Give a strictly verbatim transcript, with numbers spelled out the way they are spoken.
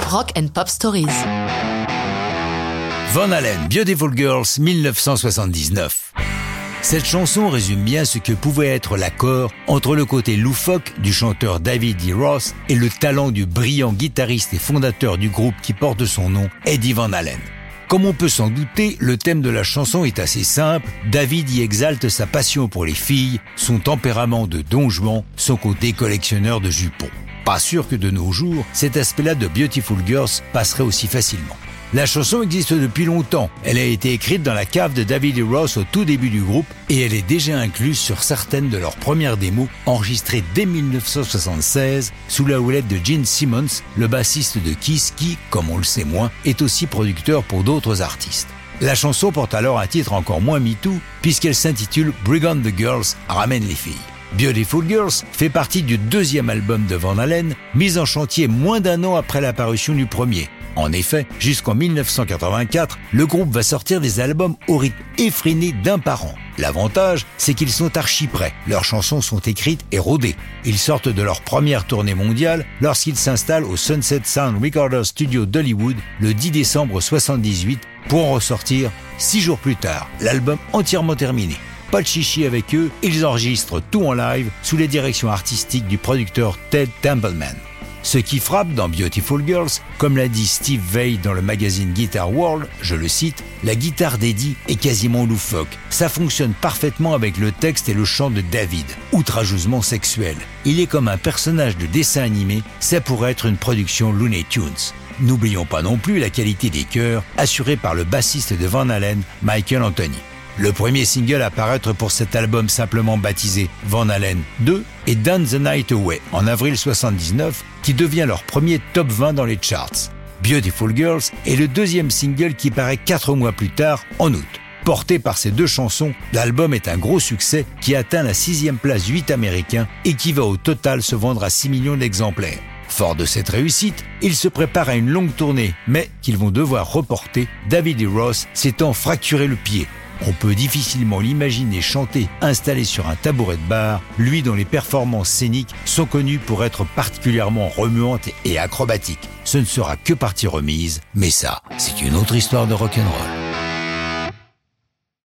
Rock and Pop Stories. Van Halen, Beautiful Girls, dix-neuf cent soixante-dix-neuf. Cette chanson résume bien ce que pouvait être l'accord entre le côté loufoque du chanteur David Lee Roth et le talent du brillant guitariste et fondateur du groupe qui porte son nom, Eddie Van Halen. Comme on peut s'en douter, le thème de la chanson est assez simple. David y exalte sa passion pour les filles, son tempérament de Don Juan, son côté collectionneur de jupons. Pas sûr que de nos jours, cet aspect-là de Beautiful Girls passerait aussi facilement. La chanson existe depuis longtemps. Elle a été écrite dans la cave de David Lee Roth au tout début du groupe et elle est déjà incluse sur certaines de leurs premières démos enregistrées dès dix-neuf cent soixante-seize sous la houlette de Gene Simmons, le bassiste de Kiss qui, comme on le sait moins, est aussi producteur pour d'autres artistes. La chanson porte alors un titre encore moins MeToo puisqu'elle s'intitule Bring on the Girls, ramène les filles. Beautiful Girls fait partie du deuxième album de Van Halen, mis en chantier moins d'un an après la parution du premier. En effet, jusqu'en dix-neuf cent quatre-vingt-quatre, le groupe va sortir des albums au rythme effréné d'un par an. L'avantage, c'est qu'ils sont archi prêts. Leurs chansons sont écrites et rodées. Ils sortent de leur première tournée mondiale lorsqu'ils s'installent au Sunset Sound Recorder Studio d'Hollywood le dix décembre soixante-dix-huit pour en ressortir six jours plus tard, l'album entièrement terminé. Pas de chichi avec eux, ils enregistrent tout en live sous les directions artistiques du producteur Ted Templeman. Ce qui frappe dans Beautiful Girls, comme l'a dit Steve Vai dans le magazine Guitar World, je le cite, la guitare d'Eddie est quasiment loufoque. Ça fonctionne parfaitement avec le texte et le chant de David, outrageusement sexuel. Il est comme un personnage de dessin animé, ça pourrait être une production Looney Tunes. N'oublions pas non plus la qualité des chœurs, assurée par le bassiste de Van Halen, Michael Anthony. Le premier single à paraître pour cet album simplement baptisé Van Halen deux est Dance the Night Away en avril soixante-dix-neuf qui devient leur premier top vingt dans les charts. Beautiful Girls est le deuxième single qui paraît quatre mois plus tard en août. Porté par ces deux chansons, l'album est un gros succès qui atteint la sixième place du hit américain et qui va au total se vendre à six millions d'exemplaires. Fort de cette réussite, ils se préparent à une longue tournée, mais qu'ils vont devoir reporter, David Lee Roth s'étant fracturé le pied. On peut difficilement l'imaginer chanter installé sur un tabouret de bar, lui dont les performances scéniques sont connues pour être particulièrement remuantes et acrobatiques. Ce ne sera que partie remise, mais ça, c'est une autre histoire de rock'n'roll.